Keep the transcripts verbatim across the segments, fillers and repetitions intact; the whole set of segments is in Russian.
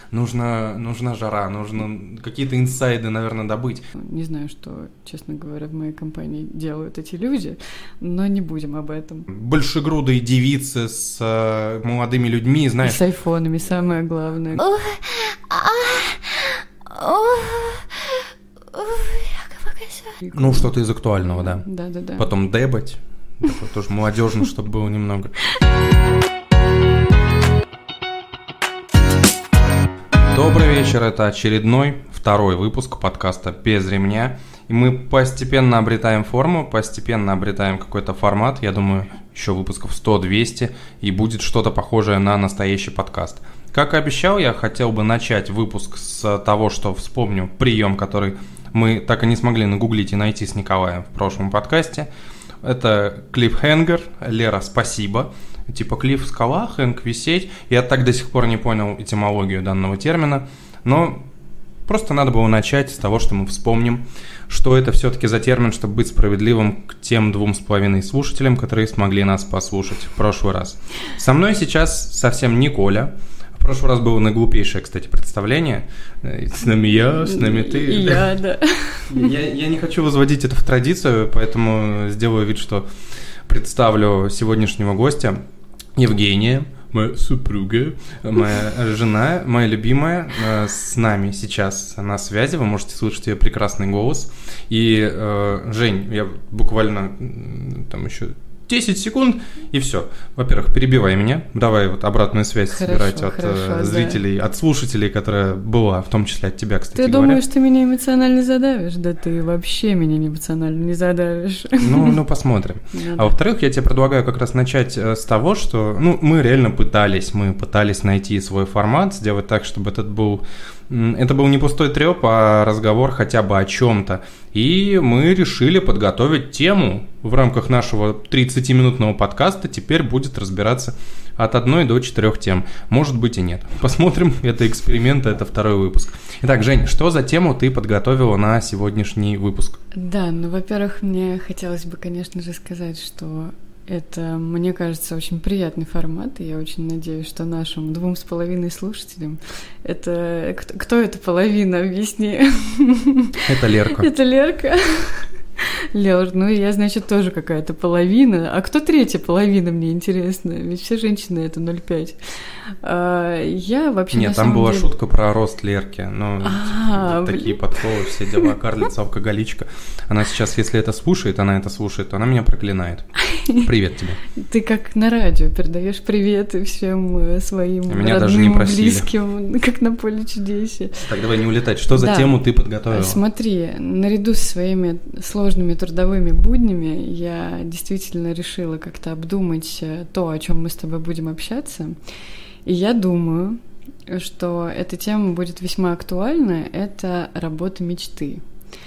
нужно, нужна жара, нужно какие-то инсайды, наверное, добыть. Не знаю, что, честно говоря, в моей компании делают эти люди, но не будем об этом. Большегрудые девицы с э, молодыми людьми, знаешь. И с айфонами, самое главное. Ну, что-то из актуального, да. Да-да-да. Потом дебать. Такое тоже молодежно, чтобы было немного. Добрый вечер, это очередной, второй выпуск подкаста «Без ремня». И мы постепенно обретаем форму, постепенно обретаем какой-то формат. Я думаю, еще выпусков сто-двести, и будет что-то похожее на настоящий подкаст. Как и обещал, я хотел бы начать выпуск с того, что вспомню прием, который мы так и не смогли нагуглить и найти с Николаем в прошлом подкасте. Это клиффхенгер. Лера, спасибо. Типа клифф скала, хэнг висеть. Я так до сих пор не понял этимологию данного термина, но просто надо было начать с того, что мы вспомним, что это все-таки за термин, чтобы быть справедливым к тем двум с половиной слушателям, которые смогли нас послушать в прошлый раз. Со мной сейчас совсем не Коля. В прошлый раз было наиглупейшее, кстати, представление. С нами я, с нами ты. И я, да. Я, я не хочу возводить это в традицию, поэтому сделаю вид, что представлю сегодняшнего гостя. Евгения, моя супруга, моя жена, моя любимая, с нами сейчас на связи. Вы можете слышать ее прекрасный голос. И, э, Жень, я буквально там еще десять секунд, и все. Во-первых, перебивай меня, давай вот обратную связь хорошо, собирать от хорошо, зрителей, да. От слушателей, которая была, в том числе от тебя, кстати ты говоря. Ты думаешь, ты меня эмоционально задавишь? Да ты вообще меня эмоционально не задавишь. Ну, ну посмотрим. Ну, а да. Во-вторых, я тебе предлагаю как раз начать с того, что, ну, мы реально пытались, мы пытались найти свой формат, сделать так, чтобы этот был... Это был не пустой трёп, а разговор хотя бы о чем-то. И мы решили подготовить тему в рамках нашего тридцатиминутного подкаста. Теперь будет разбираться от одной до четырех тем. Может быть и нет. Посмотрим. Это эксперимент, это второй выпуск. Итак, Жень, что за тему ты подготовила на сегодняшний выпуск? Да, ну, во-первых, мне хотелось бы, конечно же, сказать, что... Это, мне кажется, очень приятный формат, и я очень надеюсь, что нашим двум с половиной слушателям это... Кто, кто это половина? Объясни. Это Лерка. Это Лерка. Лер, ну я, значит, тоже какая-то половина. А кто третья половина, мне интересно? Ведь все женщины это ноль целых пять. А, я вообще Нет, на там самом была деле... шутка про рост Лерки. Ну, а, такие подколы, все дела, карлица, алкоголичка. Она сейчас, если это слушает, она это слушает, то она меня проклинает. Привет тебе. Ты как на радио передаешь приветы всем своим меня родным, даже не просили. Близким, как на поле чудесе. Так, давай не улетать. Что за да. тему ты подготовила? Смотри, наряду со своими сложными трудовыми буднями я действительно решила как-то обдумать то, о чем мы с тобой будем общаться. И я думаю, что эта тема будет весьма актуальна. Это работа мечты.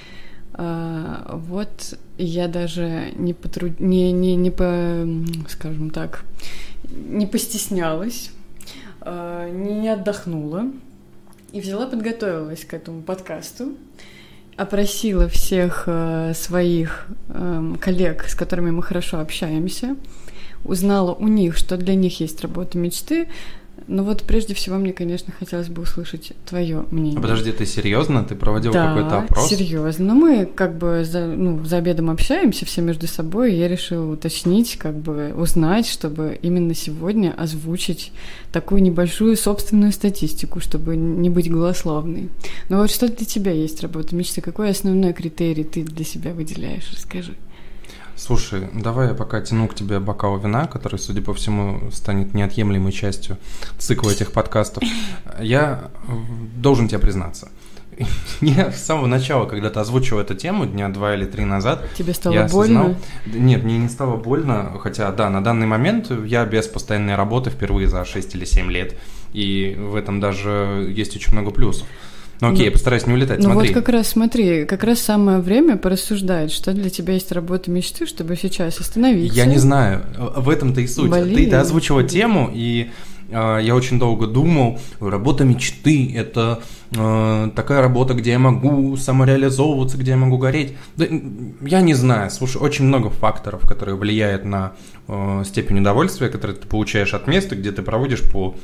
Вот я даже не, потруд... не, не, не по... скажем так, не постеснялась, не отдохнула и взяла, подготовилась к этому подкасту, опросила всех своих коллег, с которыми мы хорошо общаемся, узнала у них, что для них есть работа мечты. Ну вот прежде всего мне, конечно, хотелось бы услышать твое мнение. А подожди, ты серьезно? Ты проводила да, какой-то опрос? Да, серьезно. Но мы как бы за, ну, за обедом общаемся все между собой, и я решила уточнить, как бы узнать, чтобы именно сегодня озвучить такую небольшую собственную статистику, чтобы не быть голословной. Но вот что для тебя есть работа мечты? Какой основной критерий ты для себя выделяешь? Расскажи. Слушай, давай я пока тяну к тебе бокал вина, который, судя по всему, станет неотъемлемой частью цикла этих подкастов. Я должен тебе признаться. Я с самого начала, когда ты озвучил эту тему, дня два или три назад... Тебе стало я больно? Осознал... Нет, мне не стало больно, хотя, да, на данный момент я без постоянной работы впервые за шесть или семь лет, и в этом даже есть очень много плюсов. Ну окей, ну, я постараюсь не улетать, ну смотри. Ну вот как раз смотри, как раз самое время порассуждать, что для тебя есть работа мечты, чтобы сейчас остановиться. Я не знаю, в этом-то и суть. Блин. Ты, ты озвучила тему, и э, я очень долго думал, работа мечты – это э, такая работа, где я могу самореализовываться, где я могу гореть. Да, я не знаю, слушай, очень много факторов, которые влияют на э, степень удовольствия, которое ты получаешь от места, где ты проводишь по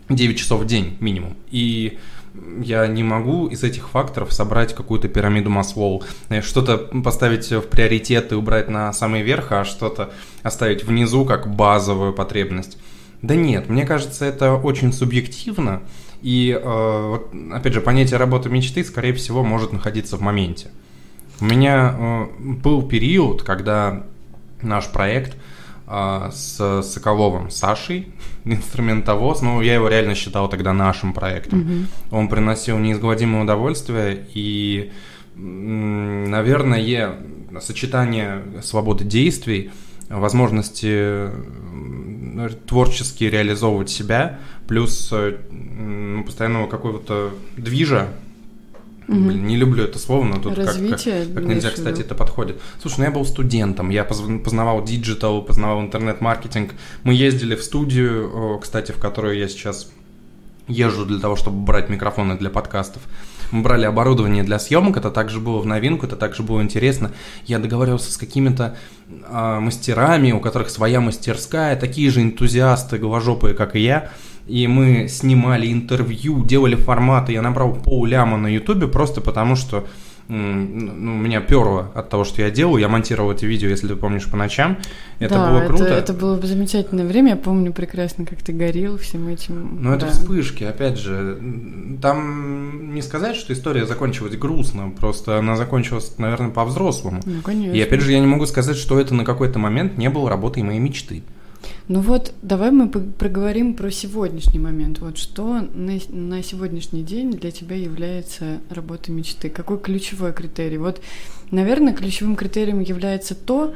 девять часов в день минимум. И я не могу из этих факторов собрать какую-то пирамиду Маслоу, что-то поставить в приоритет и убрать на самый верх, а что-то оставить внизу как базовую потребность. Да нет, мне кажется, это очень субъективно, и, э, опять же, понятие работы мечты, скорее всего, может находиться в моменте. У меня э, был период, когда наш проект э, с Соколовым Сашей, инструментовоз, ну, я его реально считал тогда нашим проектом, mm-hmm. он приносил неизгладимое удовольствие, и, наверное, сочетание свободы действий, возможности творчески реализовывать себя, плюс ну, постоянного какого-то движа. Mm-hmm. Блин, не люблю это слово, но тут развитие, как, как, как нельзя, кстати, это подходит. Слушай, ну я был студентом, я познавал диджитал, познавал интернет-маркетинг. Мы ездили в студию, кстати, в которую я сейчас езжу для того, чтобы брать микрофоны для подкастов. Мы брали оборудование для съемок, это также было в новинку, это также было интересно. Я договаривался с какими-то э, мастерами, у которых своя мастерская, такие же энтузиасты голожопые, как и я. И мы снимали интервью, делали форматы. Я набрал полляма на ютубе просто потому, что ну, меня перло от того, что я делаю. Я монтировал это видео, если ты помнишь, по ночам. Это да, было круто. Это, это было замечательное время. Я помню прекрасно, как ты горел всем этим. Ну, это да. вспышки, опять же. Там не сказать, что история закончилась грустно. Просто она закончилась, наверное, по-взрослому. Ну, конечно. И опять же, я не могу сказать, что это на какой-то момент не было работой моей мечты. Ну вот, давай мы проговорим про сегодняшний момент. Вот что на, на сегодняшний день для тебя является работой мечты? Какой ключевой критерий? Вот, наверное, ключевым критерием является то,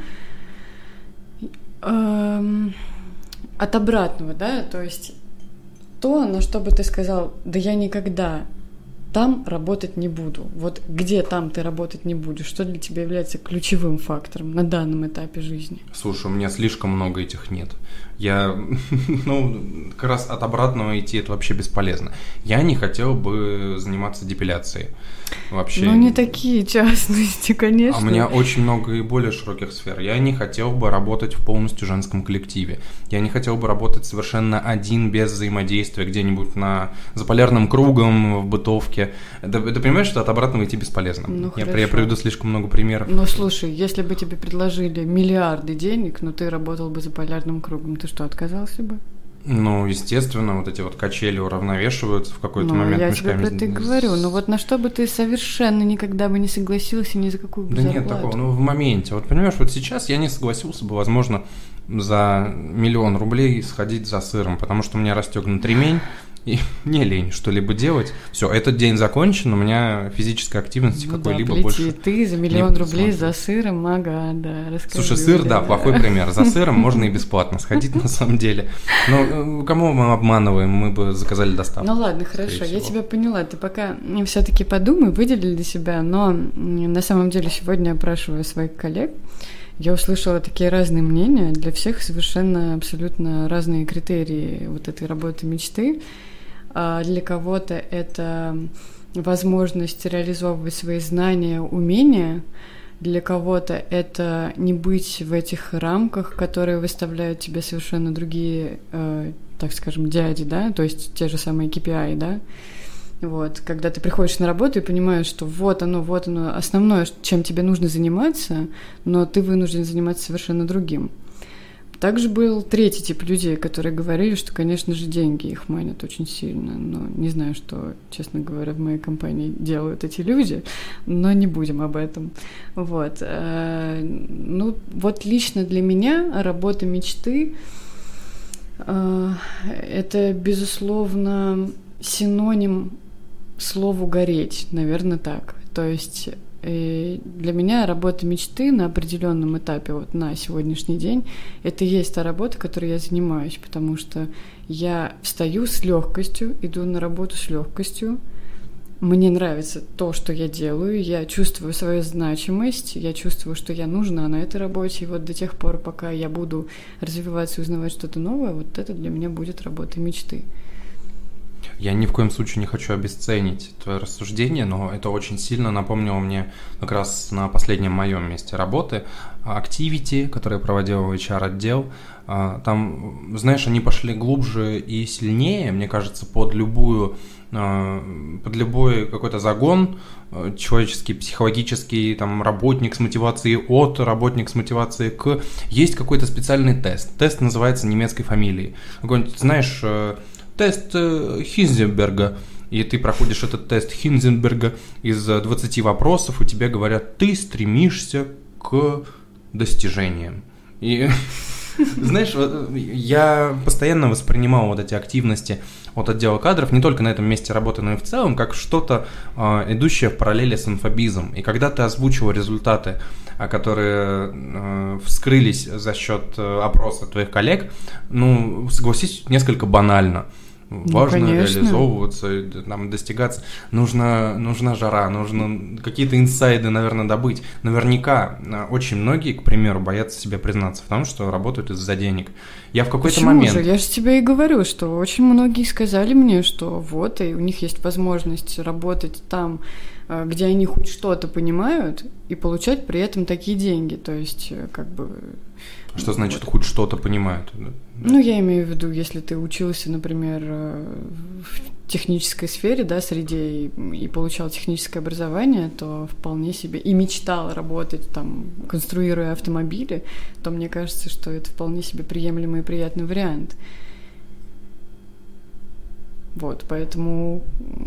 эм, от обратного, да, то есть то, на что бы ты сказал, да я никогда там работать не буду. Вот где там ты работать не будешь? Что для тебя является ключевым фактором на данном этапе жизни? Слушай, у меня слишком много этих нет. Я, ну, как раз от обратного идти это вообще бесполезно. Я не хотел бы заниматься депиляцией. Вообще. Ну, не такие частности, конечно. А у меня очень много и более широких сфер. Я не хотел бы работать в полностью женском коллективе. Я не хотел бы работать совершенно один, без взаимодействия, где-нибудь на, за полярным кругом, в бытовке. Это, ты понимаешь, что от обратного идти бесполезно? Ну, я, я приведу слишком много примеров. Ну, слушай, если бы тебе предложили миллиарды денег, но ты работал бы за полярным кругом, ты что, отказался бы? Ну, естественно, вот эти вот качели уравновешиваются в какой-то ну, момент. Я тебе про это и говорю. Ну вот на что бы ты совершенно никогда бы не согласился ни за какую бы да зарплату. Да нет такого, ну в моменте. Вот понимаешь, вот сейчас я не согласился бы, возможно, за миллион рублей сходить за сыром, потому что у меня расстегнут ремень, и мне лень что-либо делать. Все, этот день закончен, у меня физической активности ну какой-либо да, больше. Ты за миллион рублей за сыром, ага, да, расскажи. Слушай, сыр, да, плохой пример. За сыром можно и бесплатно сходить на самом деле. Но кому мы обманываем, мы бы заказали доставку. Ну ладно, хорошо, я тебя поняла. Ты пока все-таки подумай, выдели для себя, но на самом деле сегодня опрашиваю своих коллег. Я услышала такие разные мнения, для всех совершенно абсолютно разные критерии вот этой работы мечты. Для кого-то это возможность реализовывать свои знания, умения. Для кого-то это не быть в этих рамках, которые выставляют тебе совершенно другие, э, так скажем, дяди, да, то есть те же самые кей пи ай, да. Вот, когда ты приходишь на работу и понимаешь, что вот оно, вот оно, основное, чем тебе нужно заниматься, но ты вынужден заниматься совершенно другим. Также был третий тип людей, которые говорили, что, конечно же, деньги их манят очень сильно. Но не знаю, что, честно говоря, в моей компании делают эти люди, но не будем об этом. Вот. Ну, вот лично для меня работа мечты – это, безусловно, синоним слову «гореть», наверное, так. То есть и для меня работа мечты на определенном этапе, вот на сегодняшний день, это и есть та работа, которой я занимаюсь, потому что я встаю с легкостью, иду на работу с легкостью, мне нравится то, что я делаю, я чувствую свою значимость, я чувствую, что я нужна на этой работе, и вот до тех пор, пока я буду развиваться и узнавать что-то новое, вот это для меня будет работа мечты. Я ни в коем случае не хочу обесценить твое рассуждение, но это очень сильно напомнило мне как раз на последнем моем месте работы Activity, который проводил эйч ар-отдел. Там, знаешь, они пошли глубже и сильнее, мне кажется, под любую, под любой какой-то загон, человеческий, психологический, там, работник с мотивацией от, работник с мотивацией к. Есть какой-то специальный тест. Тест называется немецкой фамилией. Какой-нибудь, знаешь, тест Хинзенберга, и ты проходишь этот тест Хинзенберга из двадцати вопросов, и тебе говорят, ты стремишься к достижениям. И знаешь, я постоянно воспринимал вот эти активности от отдела кадров, не только на этом месте работы, но и в целом, как что-то, идущее в параллели с инфобизом. И когда ты озвучивал результаты, которые вскрылись за счет опроса твоих коллег, ну, согласись, несколько банально. Важно ну, реализовываться, там, достигаться. Нужна, нужна жара, нужно какие-то инсайды, наверное, добыть. Наверняка очень многие, к примеру, боятся себе признаться в том, что работают из-за денег. Я в какой-то Почему момент... же? Я же тебе и говорю, что очень многие сказали мне, что вот, и у них есть возможность работать там, где они хоть что-то понимают, и получать при этом такие деньги. То есть, как бы... Что значит вот. Хоть что-то понимают? Ну, я имею в виду, если ты учился, например, в технической сфере, да, среде и, и получал техническое образование, то вполне себе и мечтал работать там, конструируя автомобили, то мне кажется, что это вполне себе приемлемый и приятный вариант. Вот, поэтому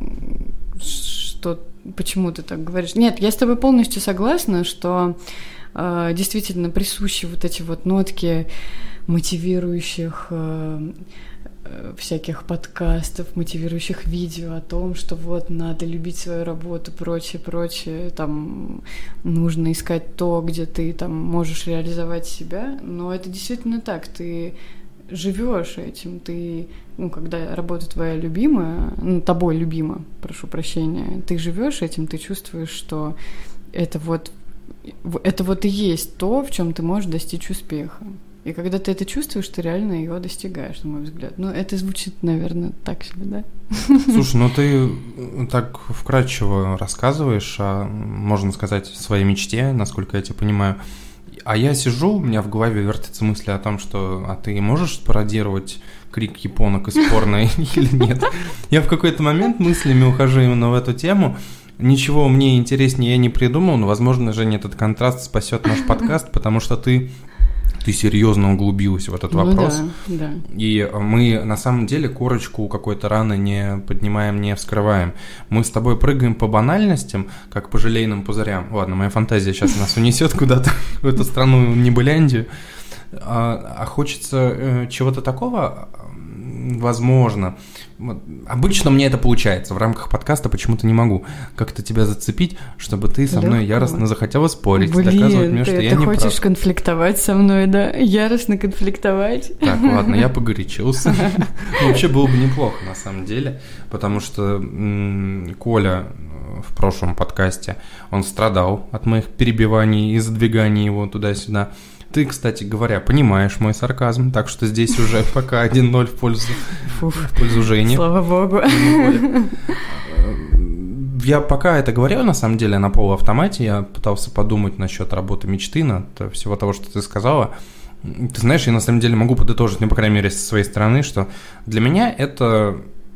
что, почему ты так говоришь? Нет, я с тобой полностью согласна, что э, действительно присущи вот эти вот нотки мотивирующих э, э, всяких подкастов, мотивирующих видео о том, что вот надо любить свою работу, прочее, прочее, там нужно искать то, где ты там можешь реализовать себя, но это действительно так, ты живешь этим, ты, ну, когда работа твоя любимая, ну, тобой любима, прошу прощения, ты живешь этим, ты чувствуешь, что это вот, это вот и есть то, в чем ты можешь достичь успеха. И когда ты это чувствуешь, ты реально его достигаешь, на мой взгляд. Ну, это звучит, наверное, так себе, да? Слушай, ну ты так вкратчиво рассказываешь, о, можно сказать, своей мечте, насколько я тебя понимаю. А я сижу, у меня в голове вертятся мысли о том, что а ты можешь пародировать крик японок из порно или нет? Я в какой-то момент мыслями ухожу именно в эту тему. Ничего мне интереснее я не придумал, но, возможно, Женя, этот контраст спасет наш подкаст, потому что ты... Ты серьезно углубилась в этот вопрос. Ну, да, да. И мы на самом деле корочку какой-то раны не поднимаем, не вскрываем. Мы с тобой прыгаем по банальностям, как по желейным пузырям. Ладно, моя фантазия сейчас нас унесет куда-то в эту страну Небыляндию. А, а хочется э, чего-то такого, возможно. Вот. Обычно мне это получается. В рамках подкаста почему-то не могу как-то тебя зацепить, чтобы ты со мной да, яростно захотела спорить, Блин, доказывать мне, ты, что ты я не прав. Ты хочешь конфликтовать со мной, да? Яростно конфликтовать? Так, ладно, я погорячился. Вообще было бы неплохо, на самом деле, потому что Коля в прошлом подкасте, он страдал от моих перебиваний и задвиганий его туда-сюда. Ты, кстати говоря, понимаешь мой сарказм, так что здесь уже пока один ноль в пользу, в пользу Жени. Слава богу. Я пока это говорил, на самом деле, на полуавтомате, я пытался подумать насчет работы мечты, над всего того, что ты сказала. Ты знаешь, я на самом деле могу подытожить, ну, по крайней мере, со своей стороны, что для меня это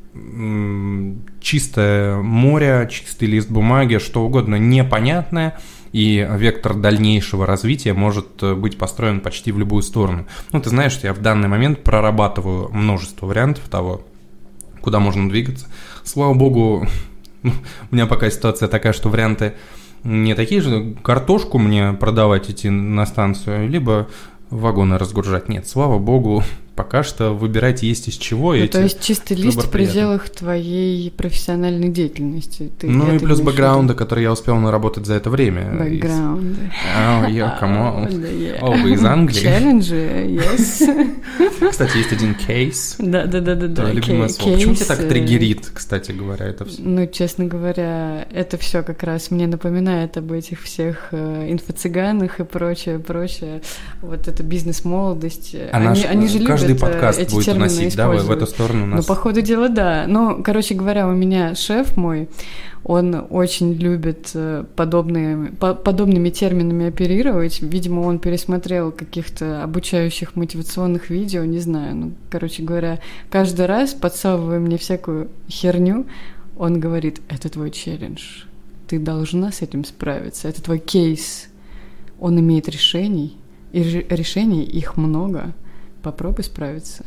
чистое море, чистый лист бумаги, что угодно непонятное, и вектор дальнейшего развития может быть построен почти в любую сторону. Ну, ты знаешь, что я в данный момент прорабатываю множество вариантов того, куда можно двигаться. Слава богу, у меня пока ситуация такая, что варианты не такие же. Картошку мне продавать идти на станцию, либо вагоны разгружать. Нет, слава богу, пока что выбирать есть из чего. Ну, то есть чистый лист в пределах твоей профессиональной деятельности. Ты ну и плюс бэкграунда, который я успел наработать за это время. Бэкграунда. Oh, yeah, come on. О, вы из Англии? Челленджи, yes. Кстати, есть один кейс. Да-да-да-да. Любимое слово. Почему тебя так триггерит, кстати говоря, это все? Ну, честно говоря, это все как раз мне напоминает об этих всех инфо-цыганах и прочее, прочее. Вот это бизнес-молодость. Они же любят каждый подкаст эти будет уносить, да, в эту сторону у нас. Ну, по ходу дела, да. Ну, короче говоря, у меня шеф мой, он очень любит подобные, по, подобными терминами оперировать. Видимо, он пересмотрел каких-то обучающих мотивационных видео, не знаю. Ну, короче говоря, каждый раз, подсовывая мне всякую херню, он говорит: это твой челлендж, ты должна с этим справиться, это твой кейс. Он имеет решений, и решений их много. Попробуй справиться.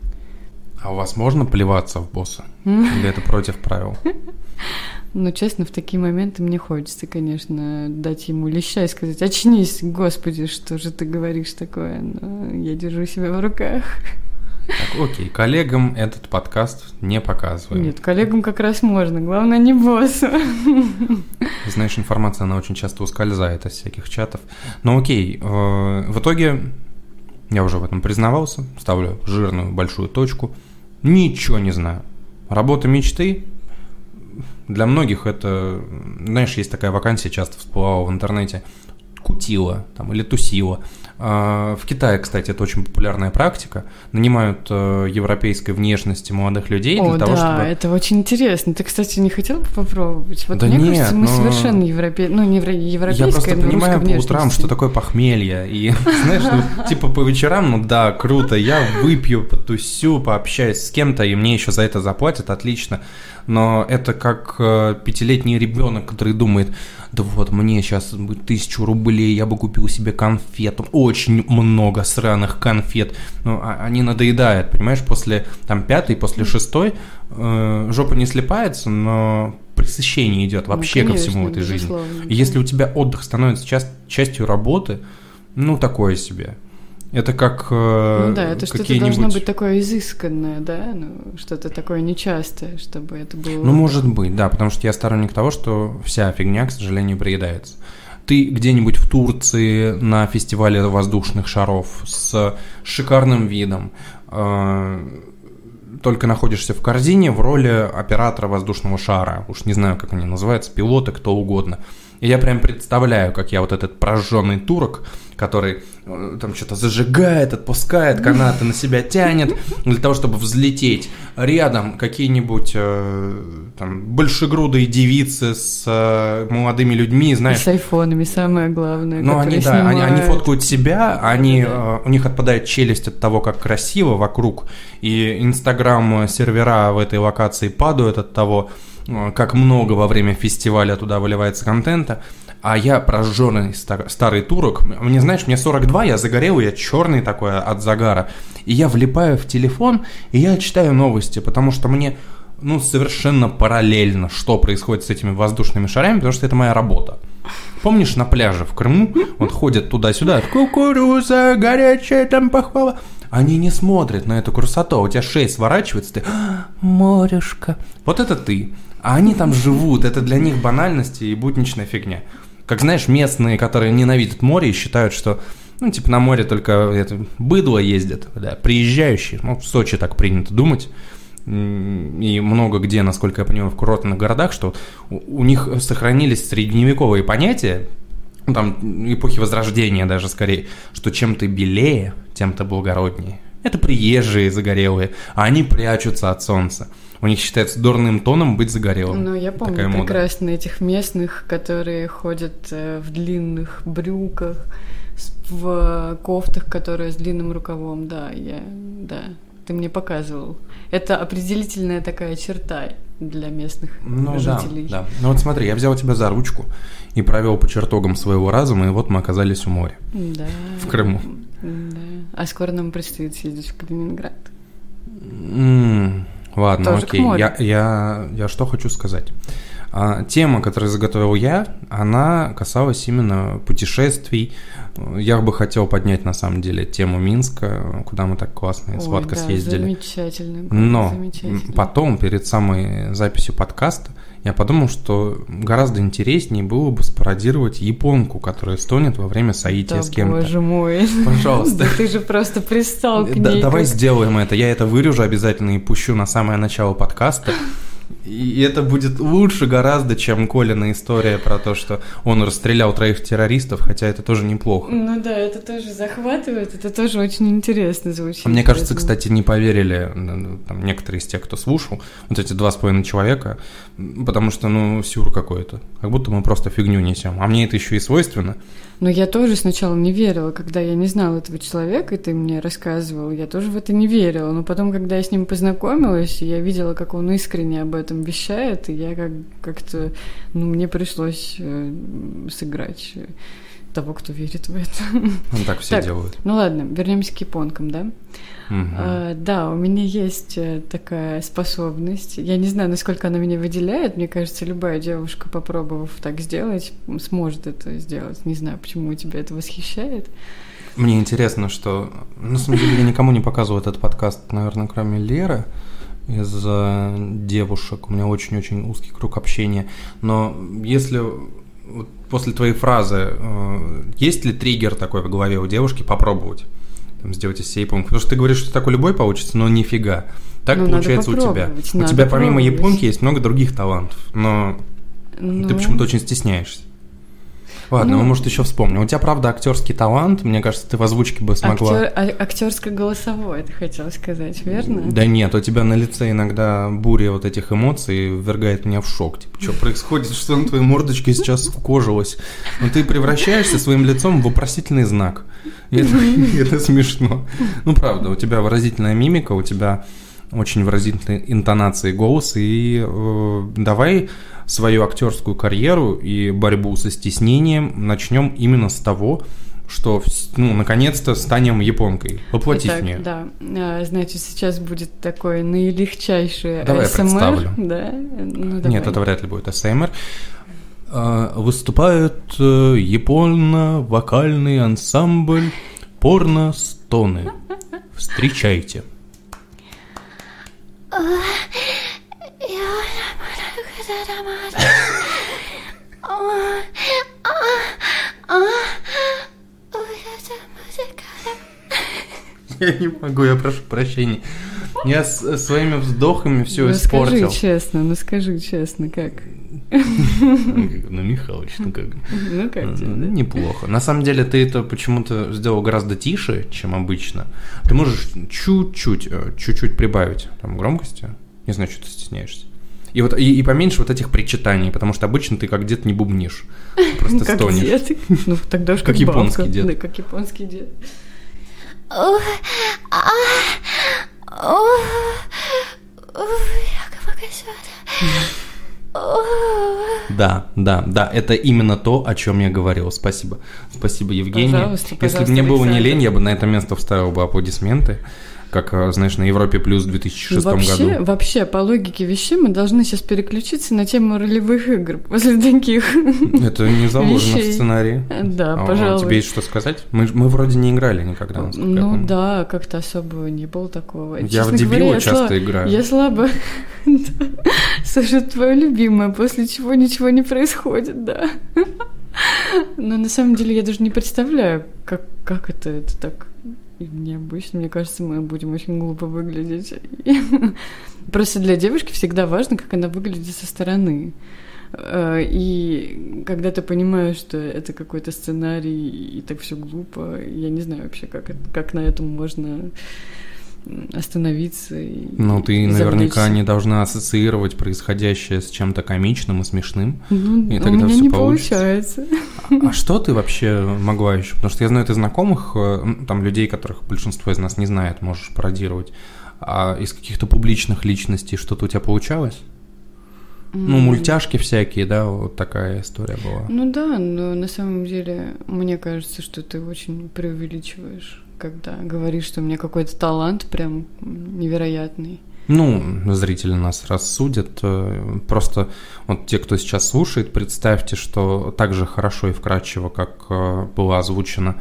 А у вас можно плеваться в босса? Или это против правил? Ну, честно, в такие моменты мне хочется, конечно, дать ему леща и сказать: очнись, господи, что же ты говоришь такое? Но я держу себя в руках. Так, окей, коллегам этот подкаст не показываем. Нет, коллегам как раз можно, главное не боссу. Знаешь, информация, она очень часто ускользает из всяких чатов. Но окей, э, в итоге, я уже в этом признавался, ставлю жирную большую точку. Ничего не знаю. Работа мечты. Для многих это, знаешь, есть такая вакансия, часто всплывала в интернете, кутила там, или тусила. В Китае, кстати, это очень популярная практика. Нанимают европейской внешности молодых людей для О, того, да, чтобы... это очень интересно. Ты, кстати, не хотел бы попробовать? Вот да мне нет, кажется, мы но... совершенно европе... ну, не европейская, я просто но понимаю по внешности. утрам, что такое похмелье. И, знаешь, ну, типа по вечерам, ну да, круто, я выпью, потусю, пообщаюсь с кем-то, и мне еще за это заплатят, отлично. Но это как э, пятилетний ребенок, который думает: да вот, мне сейчас тысячу рублей, я бы купил себе конфет, очень много сраных конфет. Ну, а, они надоедают, понимаешь, после там пятой, после шестой э, жопа не слипается, но пресыщение идет вообще ну, конечно, ко всему в этой жизни. И если у тебя отдых становится часть, частью работы, ну, такое себе. Это как э, ну да, это что-то должно быть такое изысканное, да, ну, что-то такое нечастое, чтобы это было... Ну, может быть, да, потому что я сторонник того, что вся фигня, к сожалению, приедается. Ты где-нибудь в Турции на фестивале воздушных шаров с шикарным видом, э, только находишься в корзине в роли оператора воздушного шара, уж не знаю, как они называются, пилоты, кто угодно. И я прям представляю, как я вот этот прожженный турок, который э, там что-то зажигает, отпускает, канаты на себя тянет, для того, чтобы взлететь. Рядом какие-нибудь э, там большегрудые девицы с э, молодыми людьми, знаешь. И с айфонами, самое главное. Ну, они, снимают. да, они, они фоткают себя, они, да. э, у них отпадает челюсть от того, как красиво вокруг, и инстаграм-сервера в этой локации падают от того, как много во время фестиваля туда выливается контента, а я прожженный стар, старый турок, мне, знаешь, мне сорок два, я загорелый, я черный такой от загара, и я влипаю в телефон, и я читаю новости, потому что мне, ну, совершенно параллельно, что происходит с этими воздушными шарами, потому что это моя работа. Помнишь, на пляже в Крыму, вот ходят туда-сюда, кукуруза, горячая там похвала, они не смотрят на эту красоту, у тебя шея сворачивается, ты, морюшка, вот это ты. А они там живут, это для них банальности и будничная фигня. Как знаешь, местные, которые ненавидят море и считают, что, ну, типа, на море только это, быдло ездят, да, приезжающие, ну, в Сочи так принято думать, и много где, насколько я понимаю, в курортных городах, что у, у них сохранились средневековые понятия, ну, там, эпохи Возрождения даже скорее, что чем ты белее, тем ты благороднее. Это приезжие загорелые, а они прячутся от солнца. У них считается дурным тоном быть загорелым. Ну, я помню такая прекрасно мода. Этих местных, которые ходят в длинных брюках, в кофтах, которые с длинным рукавом. Да, я, да, ты мне показывал. Это определительная такая черта для местных ну, жителей. Да, да. Ну вот смотри, я взял тебя за ручку и провел по чертогам своего разума, и вот мы оказались у моря. Да. В Крыму. Да. А скоро нам предстоит съездить в Калининград. М-м, ладно, тоже окей. Я, я, я что хочу сказать. А, тема, которую заготовил я, она касалась именно путешествий. Я бы хотел поднять, на самом деле, тему Минска, куда мы так классно и сладко Ой, да, съездили. Замечательно. Но замечательно. потом, перед самой записью подкаста, я подумал, что гораздо интереснее было бы спародировать японку, которая стонет во время соития да, с кем-то. Боже мой. Пожалуйста. Да ты же просто пристал к да, ней. Давай как... сделаем это. Я это вырежу обязательно и пущу на самое начало подкаста. И это будет лучше гораздо, чем Колина история про то, что он расстрелял троих террористов, хотя это тоже неплохо. Ну да, это тоже захватывает, это тоже очень интересно звучит. Мне кажется, кстати, не поверили там, некоторые из тех, кто слушал, вот эти два с половиной человека, потому что, ну, сюр какой-то. Как будто мы просто фигню несем. А мне это еще и свойственно. Но я тоже сначала не верила, когда я не знала этого человека, и ты мне рассказывал, я тоже в это не верила. Но потом, когда я с ним познакомилась, я видела, как он искренне об этом вещает, и я как- как-то, ну, мне пришлось э, сыграть того, кто верит в это. Ну, так все Так, делают. Ну ладно, вернемся к японкам, да? Мгм. А, да, у меня есть э, такая способность. Я не знаю, насколько она меня выделяет. Мне кажется, любая девушка, попробовав так сделать, сможет это сделать. Не знаю, почему тебя это восхищает. Мне интересно, что... На самом деле, я никому не показывал этот подкаст, наверное, кроме Леры из э, девушек. У меня очень-очень узкий круг общения. Но если вот после твоей фразы э, есть ли триггер такой в голове у девушки попробовать там, сделать из себя японку? Потому что ты говоришь, что так у любой получится, но нифига. Так Ну, получается у надо тебя. попробовать, У надо тебя помимо пробовать. японки есть много других талантов, но Ну, ты почему-то очень стесняешься. Ладно, Ну, мы, может, еще вспомним. У тебя, правда, актерский талант. Мне кажется, ты в озвучке бы смогла. актер, а- актерско-голосовое, ты хотела сказать, верно? Да нет, у тебя на лице иногда буря вот этих эмоций ввергает меня в шок. Типа, что происходит, что на твоей мордочке сейчас скукожилось? Но ты превращаешься своим лицом в вопросительный знак. И это, и это смешно. Ну, правда, у тебя выразительная мимика, у тебя очень выразительные интонации голоса. И э, давай свою актерскую карьеру и борьбу со стеснением начнем именно с того, что, ну, наконец-то станем японкой. Воплотись Итак, мне. да. А, значит, сейчас будет такой наилегчайший Давай я эй эс эм эр. представлю. Да? Ну, давай. Нет, это вряд ли будет эс эм эр. А, Выступает э, японно-вокальный ансамбль «Порно-стоны». Встречайте. Я не могу, я прошу прощения. Я с своими вздохами все Ну испортил. скажи честно, ну скажи честно, как? Ну, Михалыч, ну как? Ну как тебе, Ну, да? неплохо. На самом деле ты это почему-то сделал гораздо тише, чем обычно. Ты можешь чуть-чуть, э, чуть-чуть прибавить там громкости. Не знаю, что ты стесняешься. И вот и, и поменьше вот этих причитаний, потому что обычно ты как дед не бубнишь, ты просто Как стонешь. дед. Ну тогда уж Как как японский бабка. дед. Да, как японский дед. Да, да, да, это именно то, о чем я говорил. Спасибо, спасибо, Евгений. Пожалуйста, Если пожалуйста, бы мне было не Александр. лень, я бы на это место вставил бы аплодисменты, как, знаешь, на Европе плюс в две тысячи Ну, шестом вообще, году. вообще, по логике вещей, мы должны сейчас переключиться на тему ролевых игр после таких. Это не заложено в вещей. сценарии. Да, А, пожалуй. Тебе есть что сказать? Мы, мы вроде не играли никогда, насколько я Ну помню. да, как-то особо не было такого. Я Честно в дебила говоря, я часто слабо- играю. Я слабо. Да. Саша, твое любимое, после чего ничего не происходит, да. Но на самом деле я даже не представляю, как, как это, это так необычно. Мне кажется, мы будем очень глупо выглядеть. Просто для девушки всегда важно, как она выглядит со стороны. И когда ты понимаешь, что это какой-то сценарий, и так все глупо, я не знаю вообще, как, это- как на этом можно остановиться. И, Ну, ты и наверняка завлечься. не должна ассоциировать происходящее с чем-то комичным и смешным. Ну, И у тогда меня всё не получится. получается. А что ты вообще могла еще? Потому что я знаю, ты знакомых, э, ну, там людей, которых большинство из нас не знает, можешь пародировать. А из каких-то публичных личностей что-то у тебя получалось? Ну, мультяшки всякие, да, вот такая история была. Ну да, но на самом деле мне кажется, что ты очень преувеличиваешь, когда говоришь, что у меня какой-то талант прям невероятный. Ну, зрители нас рассудят. э, Просто вот те, кто сейчас слушает, представьте, что так же хорошо и вкратчиво, как э, было озвучено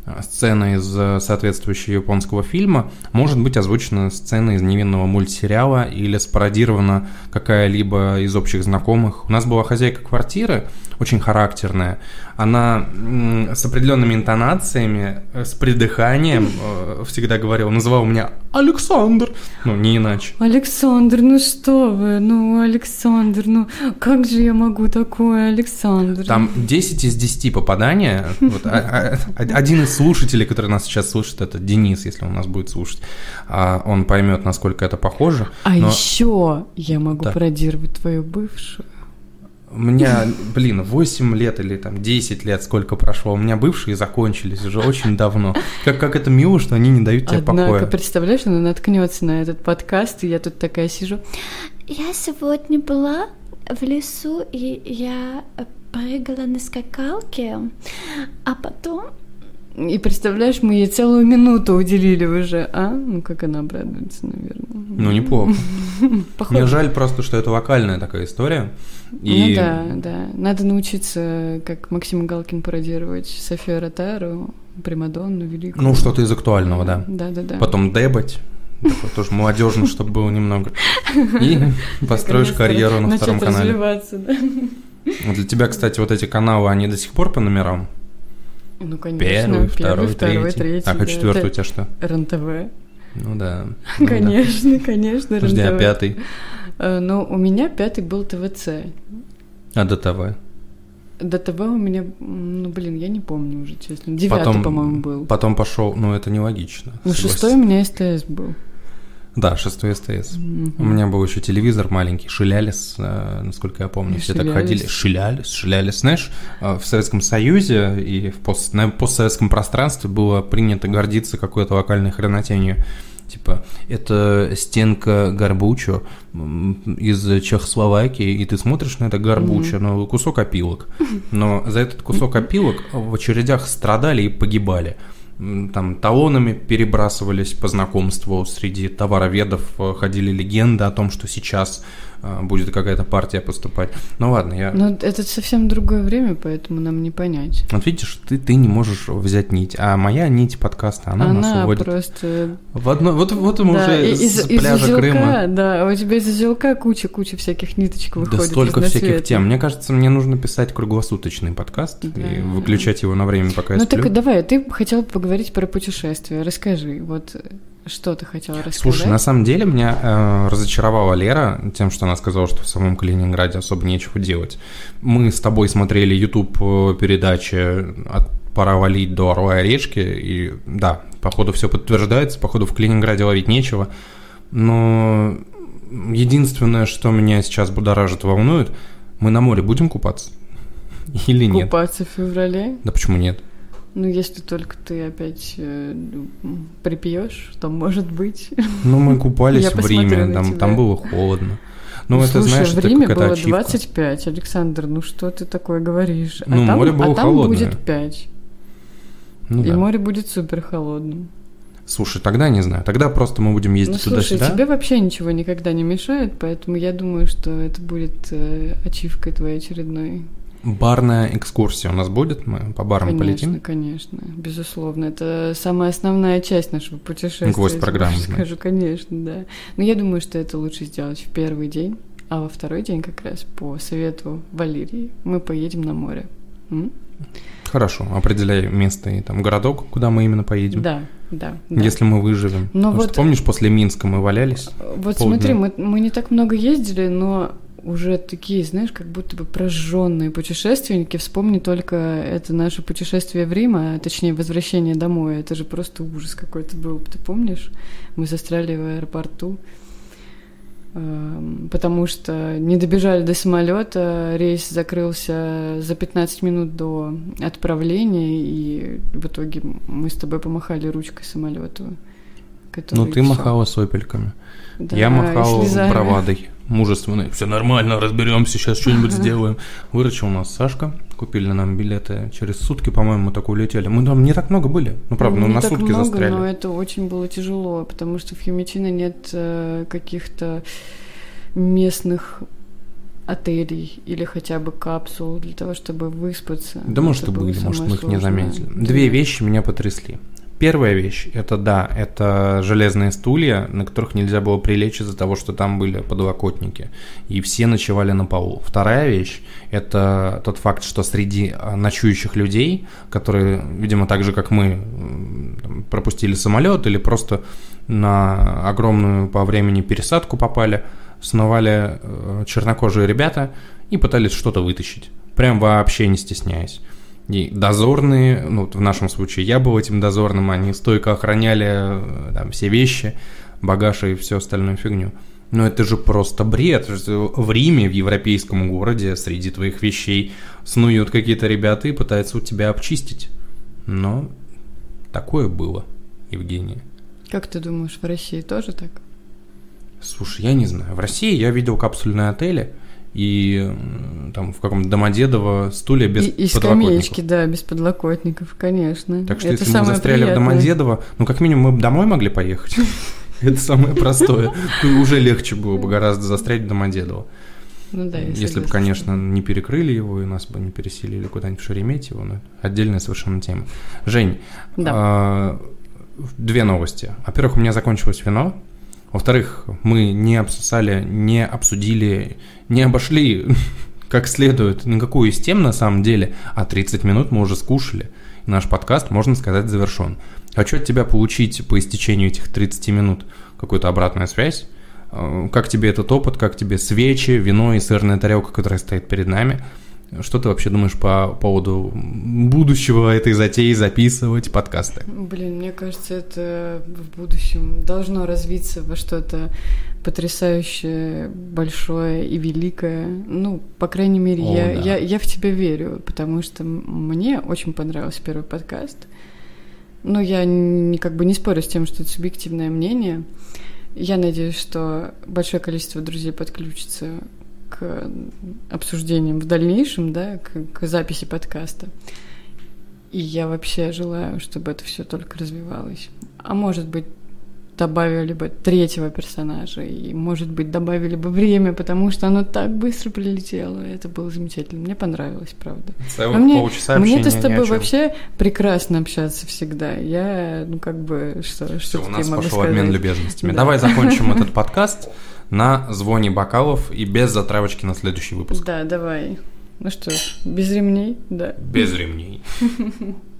сцена из соответствующего японского фильма может быть озвучена сцена из невинного мультсериала или спародирована какая-либо из общих знакомых. У нас была хозяйка квартиры, очень характерная. Она с определенными интонациями, с придыханием всегда говорила, называла меня Александр, ну не иначе. Александр, ну что вы, ну Александр, ну как же я могу такое, Александр? Там десять из десяти попадания. Вот, а, а, один из слушателей, который нас сейчас слушает, это Денис, если он нас будет слушать, он поймет, насколько это похоже. А но... еще я могу да. пародировать твою бывшую. У меня, блин, восемь лет или там десять лет, сколько прошло, у меня бывшие закончились уже очень давно. Как, как это мило, что они не дают тебе покоя. Однако, представляешь, она наткнется на этот подкаст, и я тут такая сижу. Я сегодня была в лесу, и я прыгала на скакалке, а потом... И представляешь, мы ей целую минуту уделили уже, а? Ну, как она обрадуется, наверное. Ну, неплохо. Мне жаль просто, что это вокальная такая история. И... Ну да, да. Надо научиться, как Максим Галкин, пародировать Софию Ротару, Примадонну великую. Ну, что-то из актуального, да. Да-да-да. Потом дебать. Такой тоже молодежно, чтобы было немного. И построишь карьеру на втором канале. Развиваться, да. Для тебя, кстати, вот эти каналы, они до сих пор по номерам? Ну, конечно. Первый, второй, второй третий. третий. Так, а да. четвертый у тебя что? РЕН-ТВ. Ну да. Конечно, ну, да. конечно, РЕН-ТВ. Подожди, а пятый? Ну, у меня пятый был ТВЦ. А ДТВ? ДТВ у меня, ну, блин, я не помню уже, честно. Девятый, потом, по-моему, был. Потом пошел, ну, это нелогично. Ну, шестой у меня СТС был. Да, шестой СТС. Mm-hmm. У меня был еще телевизор маленький, Шилялис, насколько я помню. Все так ходили. Шилялис, Шилялис, знаешь, в Советском Союзе и в пост, на постсоветском пространстве было принято гордиться какой-то локальной хренотенью. Типа, это стенка горбучо из Чехословакии, и ты смотришь на это горбучо, mm-hmm. ну, кусок опилок. Но за этот кусок опилок в очередях страдали и погибали. Там талонами перебрасывались по знакомству, среди товароведов ходили легенды о том, что сейчас будет какая-то партия поступать. Ну ладно, я... Но это совсем другое время, поэтому нам не понять. Вот видишь, ты, ты не можешь взять нить, а моя нить подкаста, она, она нас уводит просто... в одно... Вот, вот мы да, уже из, с пляжа из узелка, Крыма. Да, у тебя из узелка куча-куча всяких ниточек выходит. Да столько всяких тем. Мне кажется, мне нужно писать круглосуточный подкаст да. и выключать его на время, пока ну, я сплю. Ну так давай, ты хотел поговорить про путешествия. Расскажи, вот... Что ты хотела рассказать? Слушай, на самом деле меня э, разочаровала Лера тем, что она сказала, что в самом Калининграде особо нечего делать. Мы с тобой смотрели YouTube-передачи от «Пора валить» до «Орла и решки», и да, походу все подтверждается, походу в Калининграде ловить нечего, но единственное, что меня сейчас будоражит, волнует, мы на море будем купаться или нет? Купаться в феврале? Да почему нет? Ну, если только ты опять э, припьешь, то может быть. Ну, мы купались в Риме, там, там было холодно. Ну, ну это, слушай, знаешь, в Риме было ачивка. двадцать пять, Александр, ну что ты такое говоришь? А ну, там, море было а там холодное. будет пять. Ну, и да. море будет супер холодным. Слушай, тогда не знаю, тогда просто мы будем ездить ну, туда-сюда. Слушай, тебе вообще ничего никогда не мешает, поэтому я думаю, что это будет э, ачивкой твоей очередной. Барная экскурсия у нас будет? Мы по барам конечно, полетим? Конечно, конечно, безусловно. Это самая основная часть нашего путешествия. Гвоздь программы. Скажу, конечно, да. Но я думаю, что это лучше сделать в первый день, а во второй день как раз по совету Валерии мы поедем на море. М? Хорошо, определяй место и там городок, куда мы именно поедем. Да, да. да. Если мы выживем. Но Потому вот, что, помнишь, после Минска мы валялись? Вот полдня. Смотри, мы, мы не так много ездили, но уже такие, знаешь, как будто бы прожженные путешественники. Вспомни только это наше путешествие в Рим, а точнее возвращение домой. Это же просто ужас какой-то был. Ты помнишь? Мы застряли в аэропорту, потому что не добежали до самолета, рейс закрылся за пятнадцать минут до отправления, и в итоге мы с тобой помахали ручкой самолету. Ну, ты всё. махала сопельками. Да, я махал бравадой, мужественной. Все нормально, разберемся, сейчас что-нибудь сделаем. Выручил нас Сашка, купили нам билеты через сутки, по-моему, мы так улетели. Мы там не так много были, ну правда, ну, не на так сутки много, застряли. Но это очень было тяжело, потому что в Химичино нет э, каких-то местных отелей или хотя бы капсул для того, чтобы выспаться. Да, может, и были, может, мы их не заметили. Две вещи меня потрясли. Первая вещь, это да, это железные стулья, на которых нельзя было прилечь из-за того, что там были подлокотники, и все ночевали на полу. Вторая вещь, это тот факт, что среди ночующих людей, которые, видимо, так же, как мы, пропустили самолет или просто на огромную по времени пересадку попали, сновали чернокожие ребята и пытались что-то вытащить, прям вообще не стесняясь. И дозорные, ну, в нашем случае я был этим дозорным, они стойко охраняли там все вещи, багаж и всю остальную фигню. Но это же просто бред. В Риме, в европейском городе, среди твоих вещей снуют какие-то ребята и пытаются у тебя обчистить. Но такое было, Евгения. Как ты думаешь, в России тоже так? Слушай, я не знаю. В России я видел капсульные отели, и там в каком-то Домодедово стулья без и, и подлокотников. И скамеечки, да, без подлокотников, конечно. Так что это если мы застряли приятное. в Домодедово, ну как минимум мы бы домой могли поехать. Это самое простое. Уже легче было бы гораздо застрять в Домодедово. Ну да, если бы, конечно, не перекрыли его и нас бы не переселили куда-нибудь в Шереметьево, но отдельная совершенно тема. Жень, две новости. Во-первых, у меня закончилось вино. Во-вторых, мы не обсосали, не обсудили, не обошли как следует никакую из тем на самом деле, а тридцать минут мы уже скушали. И наш подкаст, можно сказать, завершен. Хочу от тебя получить по истечению этих тридцати минут какую-то обратную связь. Как тебе этот опыт, как тебе свечи, вино и сырная тарелка, которая стоит перед нами? Что ты вообще думаешь по поводу будущего этой затеи записывать подкасты? Блин, мне кажется, это в будущем должно развиться во что-то потрясающее, большое и великое. Ну, по крайней мере, О, я, да. я, я в тебя верю, потому что мне очень понравился первый подкаст. Но я не, как бы не спорю с тем, что это субъективное мнение. Я надеюсь, что большое количество друзей подключится к обсуждениям в дальнейшем, да, к, к записи подкаста. И я вообще желаю, чтобы это все только развивалось. А может быть, добавили бы третьего персонажа, и, может быть, добавили бы время, потому что оно так быстро прилетело. Это было замечательно. Мне понравилось, правда. Целых а мне, полчаса мне-то с тобой вообще прекрасно общаться всегда. Я, ну, как бы, что, что у нас могу пошел сказать? Обмен любезностями. Да. Давай закончим этот подкаст на звоне бокалов и без затравочки на следующий выпуск. Да, давай. Ну что ж, без ремней, да. Без ремней.